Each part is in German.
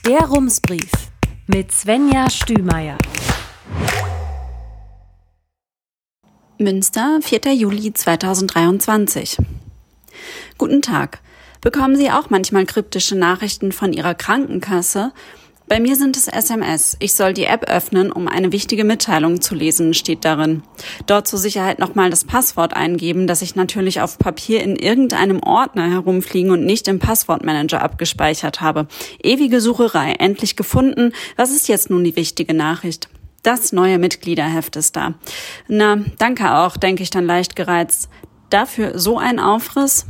Der Rumsbrief mit Svenja Stümeier. Münster, 4. Juli 2023. Guten Tag. Bekommen Sie auch manchmal kryptische Nachrichten von Ihrer Krankenkasse? Bei mir sind es SMS. Ich soll die App öffnen, um eine wichtige Mitteilung zu lesen, steht darin. Dort zur Sicherheit nochmal das Passwort eingeben, das ich natürlich auf Papier in irgendeinem Ordner herumfliegen und nicht im Passwortmanager abgespeichert habe. Ewige Sucherei, endlich gefunden. Was ist jetzt nun die wichtige Nachricht? Das neue Mitgliederheft ist da. Na, danke auch, denke ich dann leicht gereizt. Dafür so ein Aufriss?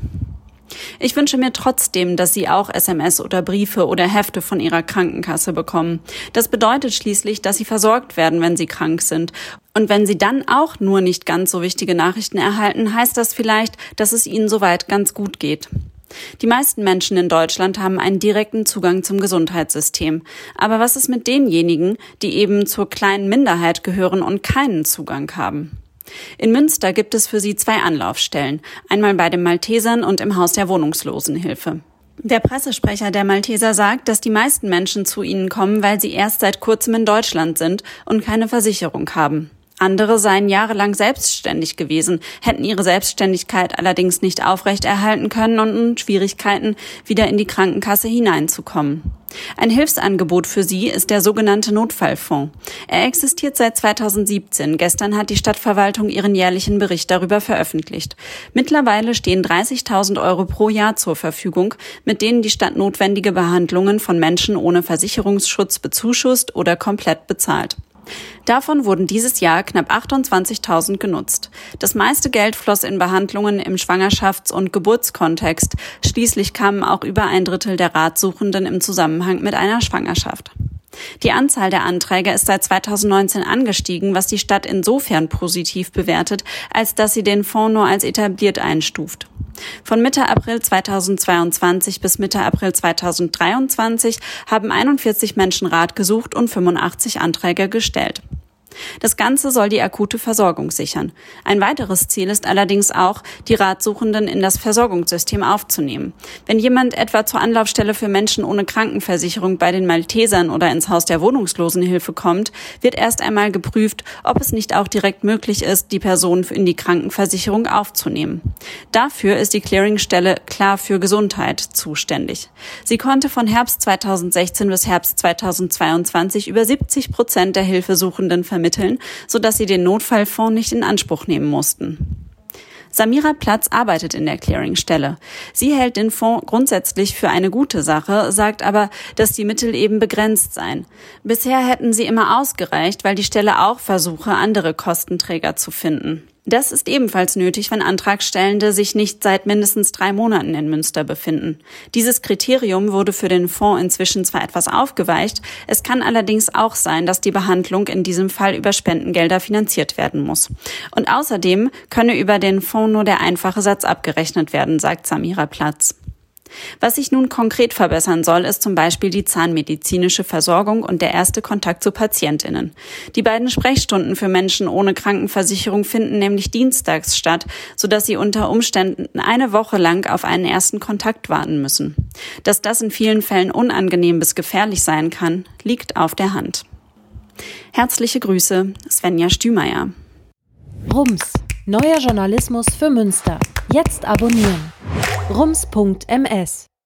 Ich wünsche mir trotzdem, dass Sie auch SMS oder Briefe oder Hefte von Ihrer Krankenkasse bekommen. Das bedeutet schließlich, dass Sie versorgt werden, wenn Sie krank sind. Und wenn Sie dann auch nur nicht ganz so wichtige Nachrichten erhalten, heißt das vielleicht, dass es Ihnen soweit ganz gut geht. Die meisten Menschen in Deutschland haben einen direkten Zugang zum Gesundheitssystem. Aber was ist mit denjenigen, die eben zur kleinen Minderheit gehören und keinen Zugang haben? In Münster gibt es für sie 2 Anlaufstellen, einmal bei den Maltesern und im Haus der Wohnungslosenhilfe. Der Pressesprecher der Malteser sagt, dass die meisten Menschen zu ihnen kommen, weil sie erst seit kurzem in Deutschland sind und keine Versicherung haben. Andere seien jahrelang selbstständig gewesen, hätten ihre Selbstständigkeit allerdings nicht aufrechterhalten können und nun Schwierigkeiten, wieder in die Krankenkasse hineinzukommen. Ein Hilfsangebot für sie ist der sogenannte Notfallfonds. Er existiert seit 2017. Gestern hat die Stadtverwaltung ihren jährlichen Bericht darüber veröffentlicht. Mittlerweile stehen 30.000 Euro pro Jahr zur Verfügung, mit denen die Stadt notwendige Behandlungen von Menschen ohne Versicherungsschutz bezuschusst oder komplett bezahlt. Davon wurden dieses Jahr knapp 28.000 genutzt. Das meiste Geld floss in Behandlungen im Schwangerschafts- und Geburtskontext. Schließlich kamen auch über 1/3 der Ratsuchenden im Zusammenhang mit einer Schwangerschaft. Die Anzahl der Anträge ist seit 2019 angestiegen, was die Stadt insofern positiv bewertet, als dass sie den Fonds nur als etabliert einstuft. Von Mitte April 2022 bis Mitte April 2023 haben 41 Menschen Rat gesucht und 85 Anträge gestellt. Das Ganze soll die akute Versorgung sichern. Ein weiteres Ziel ist allerdings auch, die Ratsuchenden in das Versorgungssystem aufzunehmen. Wenn jemand etwa zur Anlaufstelle für Menschen ohne Krankenversicherung bei den Maltesern oder ins Haus der Wohnungslosenhilfe kommt, wird erst einmal geprüft, ob es nicht auch direkt möglich ist, die Person in die Krankenversicherung aufzunehmen. Dafür ist die Clearingstelle Klar für Gesundheit zuständig. Sie konnte von Herbst 2016 bis Herbst 2022 über 70% der Hilfesuchenden vermitteln, sodass sie den Notfallfonds nicht in Anspruch nehmen mussten. Samira Platz arbeitet in der Clearingstelle. Sie hält den Fonds grundsätzlich für eine gute Sache, sagt aber, dass die Mittel eben begrenzt seien. Bisher hätten sie immer ausgereicht, weil die Stelle auch versuche, andere Kostenträger zu finden. Das ist ebenfalls nötig, wenn Antragstellende sich nicht seit mindestens 3 Monaten in Münster befinden. Dieses Kriterium wurde für den Fonds inzwischen zwar etwas aufgeweicht, es kann allerdings auch sein, dass die Behandlung in diesem Fall über Spendengelder finanziert werden muss. Und außerdem könne über den Fonds nur der einfache Satz abgerechnet werden, sagt Samira Platz. Was sich nun konkret verbessern soll, ist zum Beispiel die zahnmedizinische Versorgung und der erste Kontakt zu PatientInnen. Die beiden Sprechstunden für Menschen ohne Krankenversicherung finden nämlich dienstags statt, sodass sie unter Umständen eine Woche lang auf einen ersten Kontakt warten müssen. Dass das in vielen Fällen unangenehm bis gefährlich sein kann, liegt auf der Hand. Herzliche Grüße, Svenja Stümeier. Rums, neuer Journalismus für Münster. Jetzt abonnieren. rums.ms